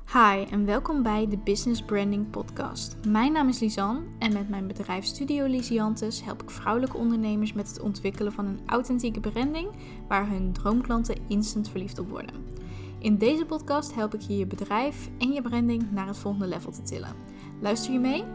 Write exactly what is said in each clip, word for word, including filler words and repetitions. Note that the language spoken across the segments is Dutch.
Hi en welkom bij de Business Branding Podcast. Mijn naam is Lisanne en met mijn bedrijf Studio Lisiantes help ik vrouwelijke ondernemers met het ontwikkelen van een authentieke branding waar hun droomklanten instant verliefd op worden. In deze podcast help ik je je bedrijf en je branding naar het volgende level te tillen. Luister je mee?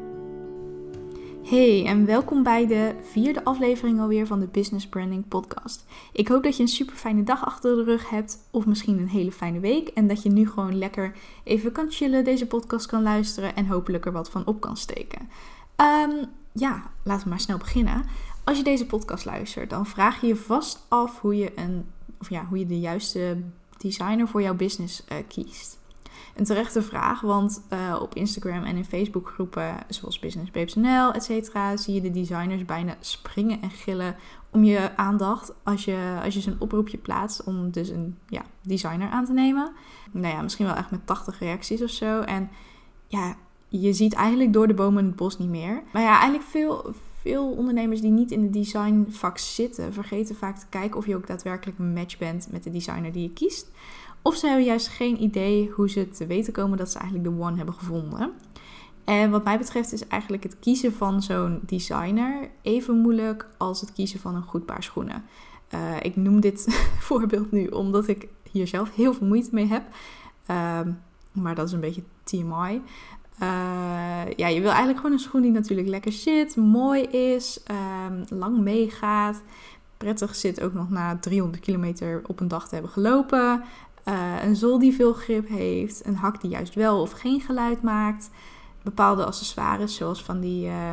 Hey en welkom bij de vierde aflevering alweer van de Business Branding Podcast. Ik hoop dat je een super fijne dag achter de rug hebt of misschien een hele fijne week. En dat je nu gewoon lekker even kan chillen, deze podcast kan luisteren en hopelijk er wat van op kan steken. Um, ja, laten we maar snel beginnen. Als je deze podcast luistert, dan vraag je je vast af hoe je, een, of ja, hoe je de juiste designer voor jouw business uh, kiest. Een terechte vraag, want uh, op Instagram en in Facebook groepen zoals Business Babes N L, et cetera, zie je de designers bijna springen en gillen om je aandacht als je, als je zo'n oproepje plaatst om dus een ja, designer aan te nemen. Nou ja, misschien wel echt met tachtig reacties of zo. En ja, je ziet eigenlijk door de bomen het bos niet meer. Maar ja, eigenlijk veel, veel ondernemers die niet in de designvak zitten, vergeten vaak te kijken of je ook daadwerkelijk een match bent met de designer die je kiest. Of ze hebben juist geen idee hoe ze te weten komen dat ze eigenlijk de one hebben gevonden. En wat mij betreft is eigenlijk het kiezen van zo'n designer even moeilijk als het kiezen van een goed paar schoenen. Uh, ik noem dit voorbeeld nu omdat ik hier zelf heel veel moeite mee heb. Uh, maar dat is een beetje T M I. Uh, ja, je wil eigenlijk gewoon een schoen die natuurlijk lekker zit, mooi is, uh, lang meegaat. Prettig zit ook nog na driehonderd kilometer op een dag te hebben gelopen. Uh, een zool die veel grip heeft. Een hak die juist wel of geen geluid maakt. Bepaalde accessoires zoals van die, uh,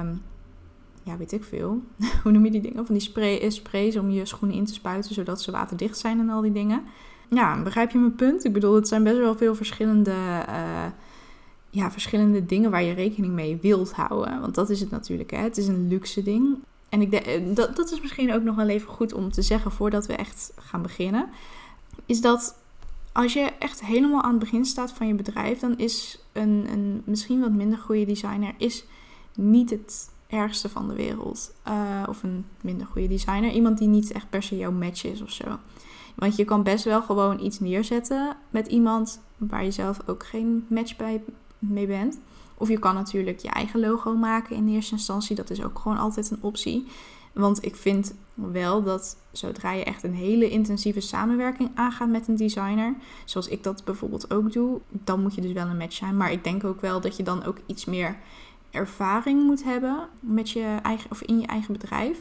ja weet ik veel. Hoe noem je die dingen? Van die spray, sprays om je schoenen in te spuiten zodat ze waterdicht zijn en al die dingen. Ja, begrijp je mijn punt? Ik bedoel, het zijn best wel veel verschillende, uh, ja, verschillende dingen waar je rekening mee wilt houden. Want dat is het natuurlijk, hè. Het is een luxe ding. En ik denk, dat, dat is misschien ook nog wel even goed om te zeggen voordat we echt gaan beginnen. Is dat als je echt helemaal aan het begin staat van je bedrijf, dan is een, een misschien wat minder goede designer is niet het ergste van de wereld. Uh, of een minder goede designer. Iemand die niet echt per se jouw match is of zo. Want je kan best wel gewoon iets neerzetten met iemand waar je zelf ook geen match bij mee bent. Of je kan natuurlijk je eigen logo maken in eerste instantie. Dat is ook gewoon altijd een optie. Want ik vind wel dat zodra je echt een hele intensieve samenwerking aangaat met een designer, zoals ik dat bijvoorbeeld ook doe, dan moet je dus wel een match zijn. Maar ik denk ook wel dat je dan ook iets meer ervaring moet hebben met je eigen, of in je eigen bedrijf.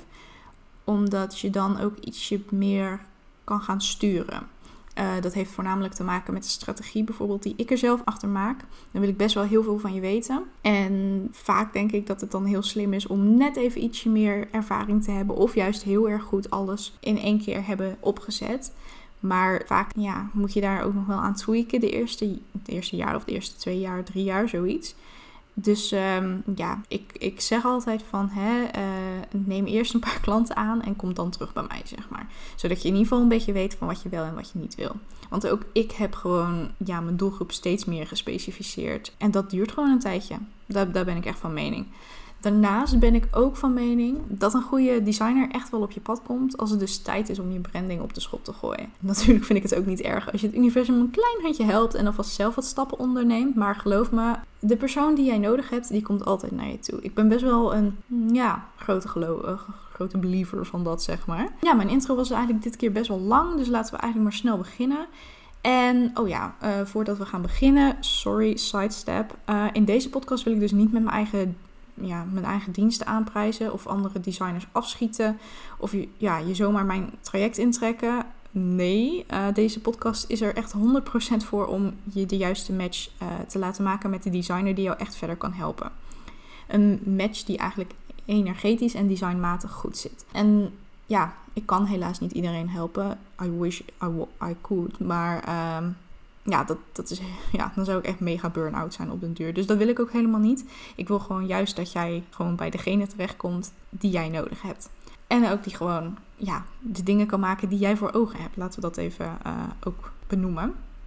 Omdat je dan ook ietsje meer kan gaan sturen. Uh, dat heeft voornamelijk te maken met de strategie bijvoorbeeld die ik er zelf achter maak. Dan wil ik best wel heel veel van je weten. En vaak denk ik dat het dan heel slim is om net even ietsje meer ervaring te hebben. Of juist heel erg goed alles in één keer hebben opgezet. Maar vaak ja, moet je daar ook nog wel aan tweaken de eerste, het eerste jaar of de eerste twee jaar, drie jaar, zoiets. Dus um, ja, ik, ik zeg altijd van hè, uh, neem eerst een paar klanten aan en kom dan terug bij mij, zeg maar. Zodat je in ieder geval een beetje weet van wat je wel en wat je niet wil. Want ook ik heb gewoon ja, mijn doelgroep steeds meer gespecificeerd. En dat duurt gewoon een tijdje. Daar, daar ben ik echt van mening. Daarnaast ben ik ook van mening dat een goede designer echt wel op je pad komt als het dus tijd is om je branding op de schop te gooien. Natuurlijk vind ik het ook niet erg als je het universum een klein handje helpt en alvast zelf wat stappen onderneemt. Maar geloof me, de persoon die jij nodig hebt, die komt altijd naar je toe. Ik ben best wel een ja, grote, gelo- grote believer van dat, zeg maar. Ja, mijn intro was eigenlijk dit keer best wel lang, dus laten we eigenlijk maar snel beginnen. En, oh ja, uh, voordat we gaan beginnen, sorry, sidestep. Uh, in deze podcast wil ik dus niet met mijn eigen... Ja, mijn eigen diensten aanprijzen of andere designers afschieten of je, ja, je zomaar mijn traject intrekken. Nee, uh, deze podcast is er echt honderd procent voor om je de juiste match uh, te laten maken met de designer die jou echt verder kan helpen. Een match die eigenlijk energetisch en designmatig goed zit. En ja, ik kan helaas niet iedereen helpen. I wish I, w- I could, maar... Uh, Ja, dat, dat is, ja, dan zou ik echt mega burn-out zijn op den duur. Dus dat wil ik ook helemaal niet. Ik wil gewoon juist dat jij gewoon bij degene terechtkomt die jij nodig hebt. En ook die gewoon ja, de dingen kan maken die jij voor ogen hebt. Laten we dat even uh, ook benoemen.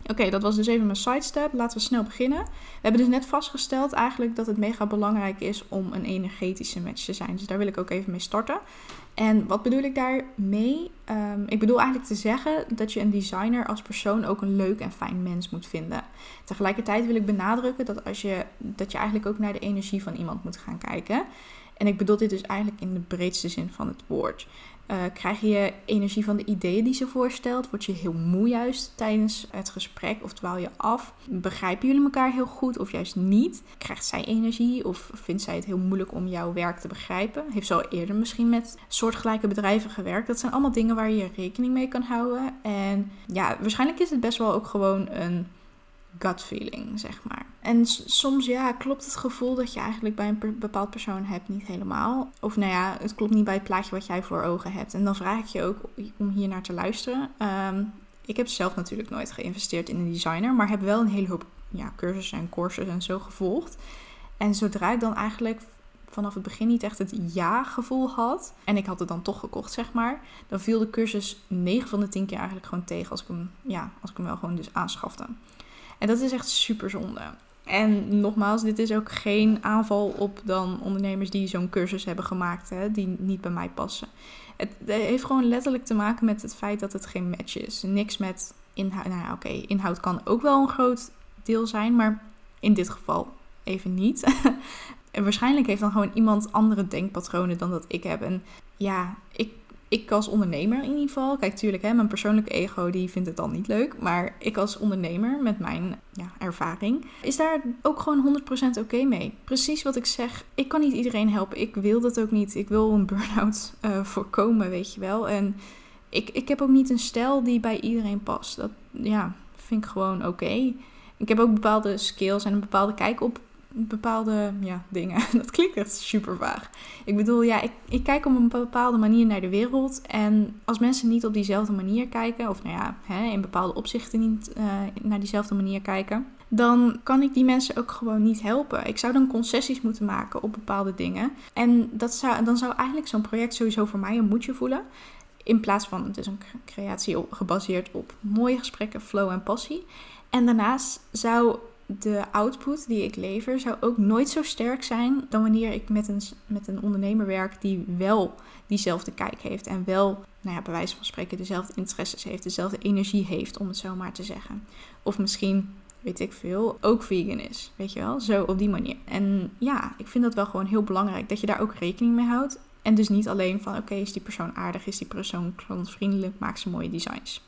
Oké, okay, dat was dus even mijn sidestep. Laten we snel beginnen. We hebben dus net vastgesteld eigenlijk dat het mega belangrijk is om een energetische match te zijn. Dus daar wil ik ook even mee starten. En wat bedoel ik daarmee? Um, ik bedoel eigenlijk te zeggen dat je een designer als persoon ook een leuk en fijn mens moet vinden. Tegelijkertijd wil ik benadrukken dat, als je, dat je eigenlijk ook naar de energie van iemand moet gaan kijken. En ik bedoel dit dus eigenlijk in de breedste zin van het woord. Uh, krijg je energie van de ideeën die ze voorstelt? Word je heel moe juist tijdens het gesprek of dwaal je af? Begrijpen jullie elkaar heel goed of juist niet? Krijgt zij energie of vindt zij het heel moeilijk om jouw werk te begrijpen? Heeft ze al eerder misschien met soortgelijke bedrijven gewerkt? Dat zijn allemaal dingen waar je rekening mee kan houden. En ja, waarschijnlijk is het best wel ook gewoon een gut feeling, zeg maar. En soms, ja, klopt het gevoel dat je eigenlijk bij een per- bepaald persoon hebt niet helemaal. Of nou ja, het klopt niet bij het plaatje wat jij voor ogen hebt. En dan vraag ik je ook om hier naar te luisteren. Um, ik heb zelf natuurlijk nooit geïnvesteerd in een designer, maar heb wel een hele hoop ja, cursussen en courses en zo gevolgd. En zodra ik dan eigenlijk vanaf het begin niet echt het ja-gevoel had, en ik had het dan toch gekocht, zeg maar, dan viel de cursus negen van de tien keer eigenlijk gewoon tegen als ik hem, ja, als ik hem wel gewoon dus aanschafte. En dat is echt super zonde. En nogmaals, dit is ook geen aanval op dan ondernemers die zo'n cursus hebben gemaakt, hè, die niet bij mij passen. Het heeft gewoon letterlijk te maken met het feit dat het geen match is. Niks met inhoud. Nou ja, oké, okay, inhoud kan ook wel een groot deel zijn, maar in dit geval even niet. En waarschijnlijk heeft dan gewoon iemand andere denkpatronen dan dat ik heb. En ja, ik Ik als ondernemer in ieder geval, kijk tuurlijk, hè, mijn persoonlijke ego die vindt het dan niet leuk. Maar ik als ondernemer met mijn ja, ervaring is daar ook gewoon honderd procent oké okay mee. Precies wat ik zeg, ik kan niet iedereen helpen. Ik wil dat ook niet. Ik wil een burn-out uh, voorkomen, weet je wel. En ik, ik heb ook niet een stijl die bij iedereen past. Dat ja, vind ik gewoon oké. Okay. Ik heb ook bepaalde skills en een bepaalde kijk op bepaalde ja, dingen. Dat klinkt echt super vaag. Ik bedoel, ja, ik, ik kijk op een bepaalde manier naar de wereld. En als mensen niet op diezelfde manier kijken, of nou ja, hè, in bepaalde opzichten niet uh, naar diezelfde manier kijken, dan kan ik die mensen ook gewoon niet helpen. Ik zou dan concessies moeten maken op bepaalde dingen. En dat zou, dan zou eigenlijk zo'n project sowieso voor mij een moedje voelen. In plaats van, het is een creatie op, gebaseerd op mooie gesprekken, flow en passie. En daarnaast zou de output die ik lever zou ook nooit zo sterk zijn dan wanneer ik met een, met een ondernemer werk die wel diezelfde kijk heeft en wel, nou ja, bij wijze van spreken dezelfde interesses heeft, dezelfde energie heeft, om het zo maar te zeggen. Of misschien, weet ik veel, ook vegan is, weet je wel, zo op die manier. En ja, ik vind dat wel gewoon heel belangrijk, dat je daar ook rekening mee houdt. En dus niet alleen van, oké, okay, is die persoon aardig, is die persoon klantvriendelijk, maakt ze mooie designs.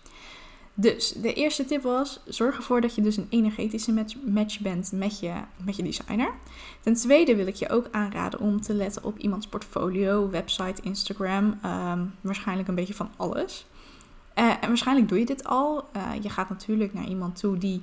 Dus de eerste tip was, zorg ervoor dat je dus een energetische match, match bent met je, met je designer. Ten tweede wil ik je ook aanraden om te letten op iemands portfolio, website, Instagram, um, waarschijnlijk een beetje van alles. Uh, en waarschijnlijk doe je dit al. Uh, je gaat natuurlijk naar iemand toe die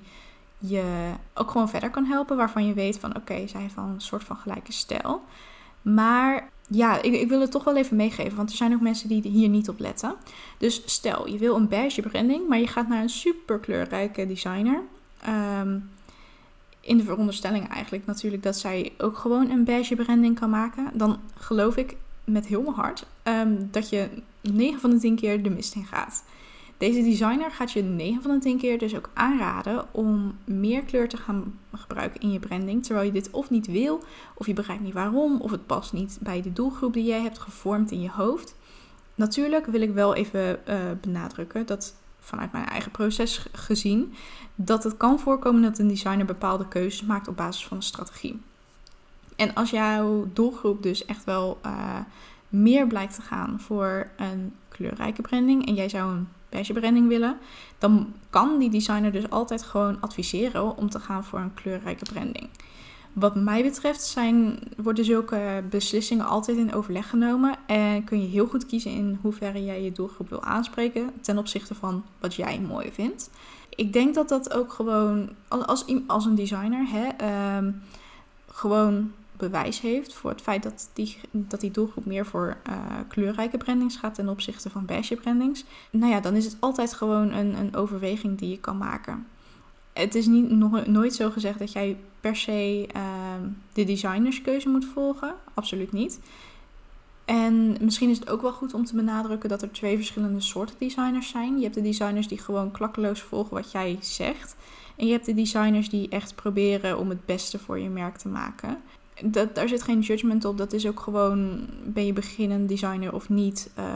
je ook gewoon verder kan helpen, waarvan je weet van, oké, okay, zij heeft wel een soort van gelijke stijl. Maar ja, ik, ik wil het toch wel even meegeven, want er zijn ook mensen die hier niet op letten. Dus stel, je wil een beige branding, maar je gaat naar een super kleurrijke designer. Um, in de veronderstelling eigenlijk natuurlijk dat zij ook gewoon een beige branding kan maken. Dan geloof ik met heel mijn hart um, dat je negen van de tien keer de mist in gaat. Deze designer gaat je negen van de tien keer dus ook aanraden om meer kleur te gaan gebruiken in je branding. Terwijl je dit of niet wil, of je begrijpt niet waarom, of het past niet bij de doelgroep die jij hebt gevormd in je hoofd. Natuurlijk wil ik wel even uh, benadrukken dat vanuit mijn eigen proces gezien, dat het kan voorkomen dat een designer bepaalde keuzes maakt op basis van een strategie. En als jouw doelgroep dus echt wel uh, meer blijkt te gaan voor een kleurrijke branding en jij zou een beige branding willen, dan kan die designer dus altijd gewoon adviseren om te gaan voor een kleurrijke branding. Wat mij betreft zijn, worden zulke beslissingen altijd in overleg genomen en kun je heel goed kiezen in hoeverre jij je doelgroep wil aanspreken ten opzichte van wat jij mooi vindt. Ik denk dat dat ook gewoon als, als een designer hè, um, gewoon bewijs heeft voor het feit dat die, dat die doelgroep meer voor uh, kleurrijke brandings gaat ten opzichte van beige brandings. Nou ja, dan is het altijd gewoon een, een overweging die je kan maken. Het is niet, nog nooit zo gezegd dat jij per se uh, de designerskeuze moet volgen. Absoluut niet. En misschien is het ook wel goed om te benadrukken dat er twee verschillende soorten designers zijn. Je hebt de designers die gewoon klakkeloos volgen wat jij zegt. En je hebt de designers die echt proberen om het beste voor je merk te maken. Dat, daar zit geen judgment op. Dat is ook gewoon, ben je beginnend designer of niet? Uh,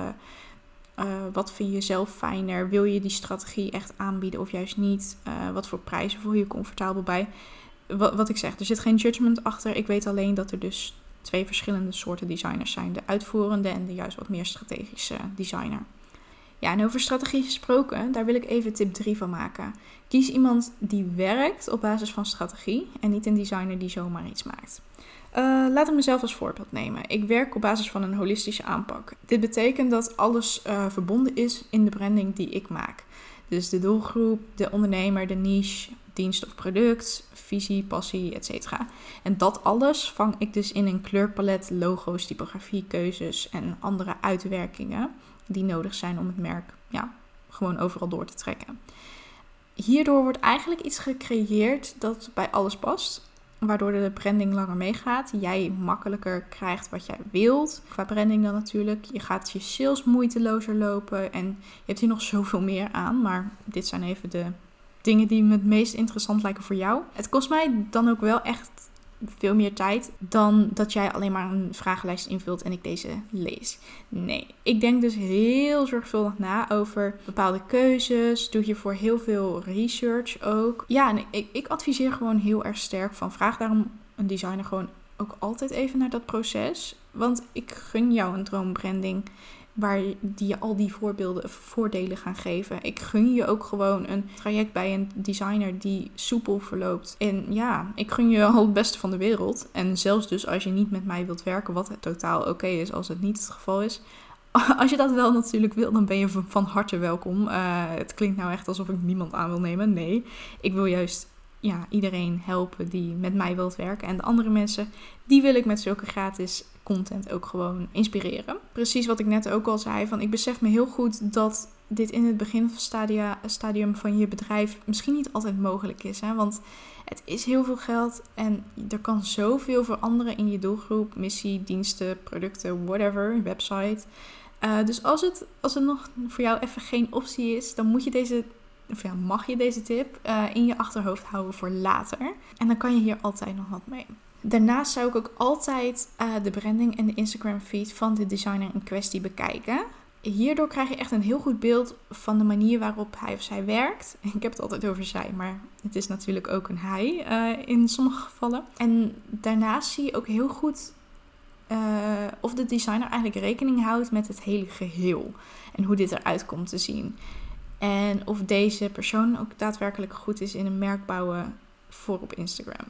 uh, wat vind je zelf fijner? Wil je die strategie echt aanbieden of juist niet? Uh, wat voor prijzen voel je je comfortabel bij? Wat, wat ik zeg, er zit geen judgment achter. Ik weet alleen dat er dus twee verschillende soorten designers zijn. De uitvoerende en de juist wat meer strategische designer. Ja, en over strategie gesproken, daar wil ik even tip drie van maken. Kies iemand die werkt op basis van strategie en niet een designer die zomaar iets maakt. Uh, laat ik mezelf als voorbeeld nemen. Ik werk op basis van een holistische aanpak. Dit betekent dat alles uh, verbonden is in de branding die ik maak. Dus de doelgroep, de ondernemer, de niche, dienst of product, visie, passie, et cetera. En dat alles vang ik dus in een kleurpalet, logo's, typografie, keuzes en andere uitwerkingen die nodig zijn om het merk ja, gewoon overal door te trekken. Hierdoor wordt eigenlijk iets gecreëerd dat bij alles past, waardoor de branding langer meegaat. Jij makkelijker krijgt wat jij wilt. Qua branding dan natuurlijk. Je gaat je sales moeitelozer lopen. En je hebt hier nog zoveel meer aan. Maar dit zijn even de dingen die me het meest interessant lijken voor jou. Het kost mij dan ook wel echt veel meer tijd dan dat jij alleen maar een vragenlijst invult en ik deze lees. Nee, ik denk dus heel zorgvuldig na over bepaalde keuzes. Doe hiervoor heel veel research ook. Ja, en ik, ik adviseer gewoon heel erg sterk van vraag daarom een designer gewoon ook altijd even naar dat proces. Want ik gun jou een droombranding waar die je al die voorbeelden, voordelen gaan geven. Ik gun je ook gewoon een traject bij een designer die soepel verloopt. En ja, ik gun je al het beste van de wereld. En zelfs dus als je niet met mij wilt werken, wat totaal oké okay is als het niet het geval is. Als je dat wel natuurlijk wil, dan ben je van harte welkom. Uh, het klinkt nou echt alsof ik niemand aan wil nemen. Nee, ik wil juist ja, iedereen helpen die met mij wilt werken. En de andere mensen, die wil ik met zulke gratis content ook gewoon inspireren. Precies wat ik net ook al zei, van ik besef me heel goed dat dit in het beginstadium van je bedrijf misschien niet altijd mogelijk is. Hè? Want het is heel veel geld en er kan zoveel veranderen in je doelgroep, missie, diensten, producten, whatever, website. Uh, dus als het, als het nog voor jou even geen optie is, dan moet je deze, of ja, mag je deze tip uh, in je achterhoofd houden voor later. En dan kan je hier altijd nog wat mee. Daarnaast zou ik ook altijd uh, de branding en de Instagram feed van de designer in kwestie bekijken. Hierdoor krijg je echt een heel goed beeld van de manier waarop hij of zij werkt. Ik heb het altijd over zij, maar het is natuurlijk ook een hij uh, in sommige gevallen. En daarnaast zie je ook heel goed uh, of de designer eigenlijk rekening houdt met het hele geheel. En hoe dit eruit komt te zien. En of deze persoon ook daadwerkelijk goed is in een merk bouwen voor op Instagram.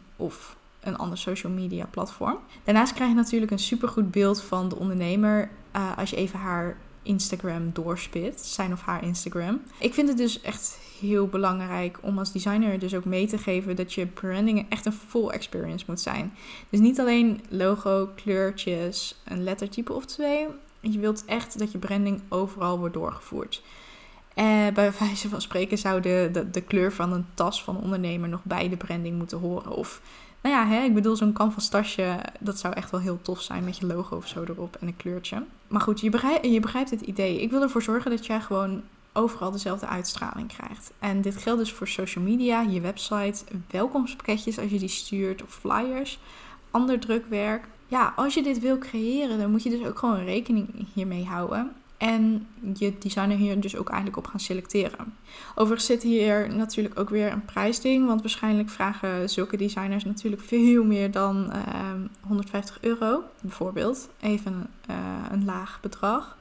Of een ander social media platform. Daarnaast krijg je natuurlijk een supergoed beeld van de ondernemer uh, als je even haar Instagram doorspit. Zijn of haar Instagram. Ik vind het dus echt heel belangrijk om als designer dus ook mee te geven dat je branding echt een full experience moet zijn. Dus niet alleen logo, kleurtjes, een lettertype of twee. Je wilt echt dat je branding overal wordt doorgevoerd. Uh, bij wijze van spreken zou de, de, de kleur van een tas van een ondernemer nog bij de branding moeten horen. Of nou ja, hè, ik bedoel zo'n canvas tasje, dat zou echt wel heel tof zijn met je logo of zo erop en een kleurtje. Maar goed, je begrijpt, je begrijpt het idee. Ik wil ervoor zorgen dat jij gewoon overal dezelfde uitstraling krijgt. En dit geldt dus voor social media, je website, welkomstpakketjes als je die stuurt of flyers, ander drukwerk. Ja, als je dit wil creëren, dan moet je dus ook gewoon rekening hiermee houden. En je designer hier dus ook eigenlijk op gaan selecteren. Overigens zit hier natuurlijk ook weer een prijsding. Want waarschijnlijk vragen zulke designers natuurlijk veel meer dan uh, honderdvijftig euro. Bijvoorbeeld. Even uh, een laag bedrag.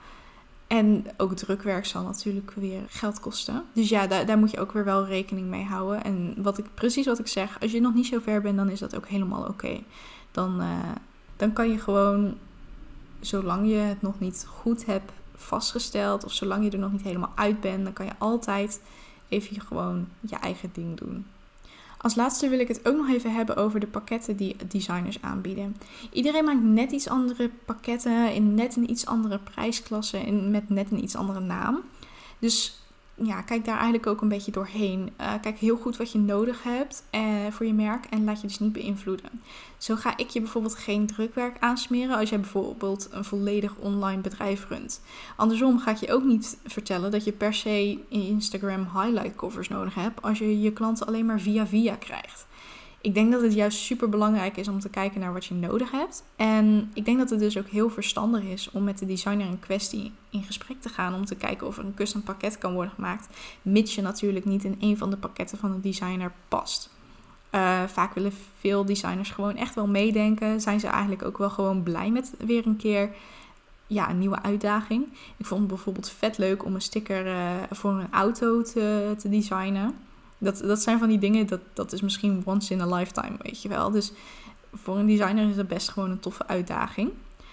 En ook drukwerk zal natuurlijk weer geld kosten. Dus ja, daar, daar moet je ook weer wel rekening mee houden. En wat ik, precies wat ik zeg. Als je nog niet zo ver bent, dan is dat ook helemaal oké. Okay. Dan, uh, dan kan je gewoon, zolang je het nog niet goed hebt vastgesteld of zolang je er nog niet helemaal uit bent, dan kan je altijd even gewoon je eigen ding doen. Als laatste wil ik het ook nog even hebben over de pakketten die designers aanbieden. Iedereen maakt net iets andere pakketten in net een iets andere prijsklasse en met net een iets andere naam. Dus ja, kijk daar eigenlijk ook een beetje doorheen. Uh, kijk heel goed wat je nodig hebt uh, voor je merk en laat je dus niet beïnvloeden. Zo ga ik je bijvoorbeeld geen drukwerk aansmeren als jij bijvoorbeeld een volledig online bedrijf runt. Andersom ga ik je ook niet vertellen dat je per se Instagram highlight covers nodig hebt als je je klanten alleen maar via via krijgt. Ik denk dat het juist super belangrijk is om te kijken naar wat je nodig hebt. En ik denk dat het dus ook heel verstandig is om met de designer in kwestie in gesprek te gaan om te kijken of er een custom pakket kan worden gemaakt. Mits je natuurlijk niet in een van de pakketten van de designer past. Uh, vaak willen veel designers gewoon echt wel meedenken. Zijn ze eigenlijk ook wel gewoon blij met weer een keer ja, een nieuwe uitdaging. Ik vond het bijvoorbeeld vet leuk om een sticker uh, voor een auto te, te designen. Dat, dat zijn van die dingen, dat, dat is misschien once in a lifetime, weet je wel. Dus voor een designer is het best gewoon een toffe uitdaging.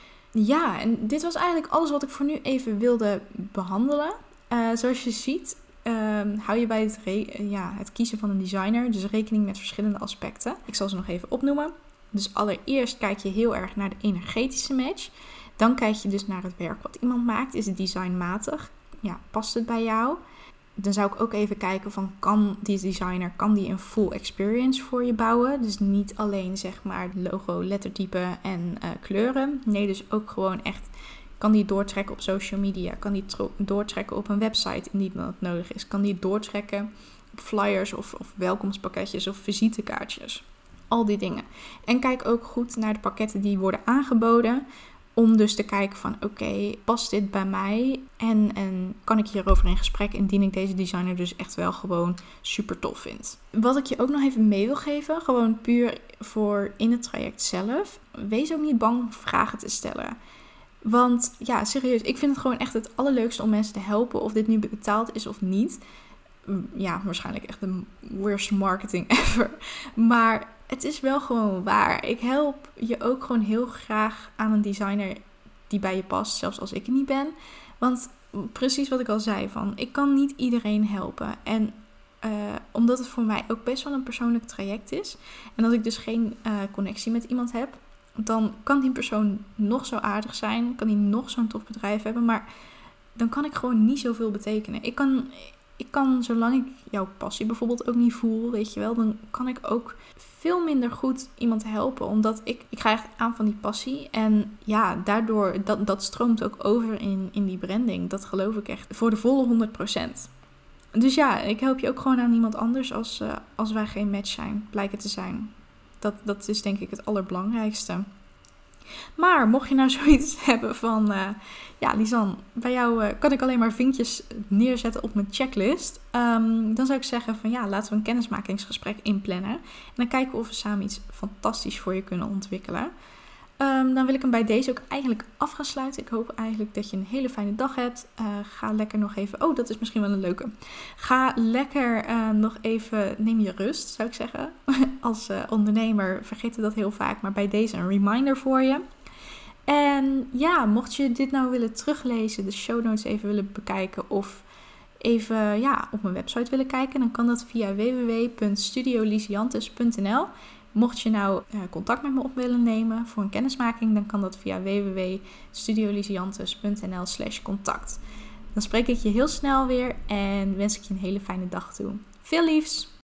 Ja, en dit was eigenlijk alles wat ik voor nu even wilde behandelen. Uh, zoals je ziet, uh, hou je bij het, re- ja, het kiezen van een designer dus rekening met verschillende aspecten. Ik zal ze nog even opnoemen. Dus allereerst kijk je heel erg naar de energetische match. Dan kijk je dus naar het werk wat iemand maakt. Is het designmatig? Ja, past het bij jou? Dan zou ik ook even kijken van, kan die designer, kan die een full experience voor je bouwen? Dus niet alleen zeg maar logo, lettertype en uh, kleuren. Nee, dus ook gewoon echt, kan die doortrekken op social media? Kan die tro- doortrekken op een website indien dat nodig is? Kan die doortrekken op flyers of, of welkomstpakketjes of visitekaartjes? Al die dingen. En kijk ook goed naar de pakketten die worden aangeboden. Om dus te kijken van oké, okay, past dit bij mij? En, en kan ik hierover in gesprek indien ik deze designer dus echt wel gewoon super tof vind. Wat ik je ook nog even mee wil geven, gewoon puur voor in het traject zelf. Wees ook niet bang om vragen te stellen. Want ja, serieus, ik vind het gewoon echt het allerleukste om mensen te helpen. Of dit nu betaald is of niet. Ja, waarschijnlijk echt de worst marketing ever. Maar het is wel gewoon waar. Ik help je ook gewoon heel graag aan een designer die bij je past. Zelfs als ik er niet ben. Want precies wat ik al zei. Van, ik kan niet iedereen helpen. En uh, omdat het voor mij ook best wel een persoonlijk traject is. En dat ik dus geen uh, connectie met iemand heb. Dan kan die persoon nog zo aardig zijn. Kan die nog zo'n tof bedrijf hebben. Maar dan kan ik gewoon niet zoveel betekenen. Ik kan... Ik kan, zolang ik jouw passie bijvoorbeeld ook niet voel, weet je wel, dan kan ik ook veel minder goed iemand helpen. Omdat ik, ik ga echt aan van die passie. En ja, daardoor, dat, dat stroomt ook over in, in die branding. Dat geloof ik echt voor de volle honderd procent. Dus ja, ik help je ook gewoon aan iemand anders als, uh, als wij geen match zijn, blijken te zijn. Dat, dat is denk ik het allerbelangrijkste. Maar mocht je nou zoiets hebben van, uh, ja Lisanne, bij jou uh, kan ik alleen maar vinkjes neerzetten op mijn checklist. Um, dan zou ik zeggen van ja, laten we een kennismakingsgesprek inplannen. En dan kijken of we samen iets fantastisch voor je kunnen ontwikkelen. Um, dan wil ik hem bij deze ook eigenlijk af gaan sluiten. Ik hoop eigenlijk dat je een hele fijne dag hebt. Uh, ga lekker nog even... Oh, dat is misschien wel een leuke. Ga lekker uh, nog even... Neem je rust, zou ik zeggen. Als uh, ondernemer vergeet je dat heel vaak. Maar bij deze een reminder voor je. En ja, mocht je dit nou willen teruglezen, de show notes even willen bekijken of even ja, op mijn website willen kijken, dan kan dat via w w w punt studio lysiantes punt n l. Mocht je nou uh, contact met me op willen nemen voor een kennismaking, dan kan dat via w w w punt studio lysiantes punt n l slash contact. Dan spreek ik je heel snel weer en wens ik je een hele fijne dag toe. Veel liefs!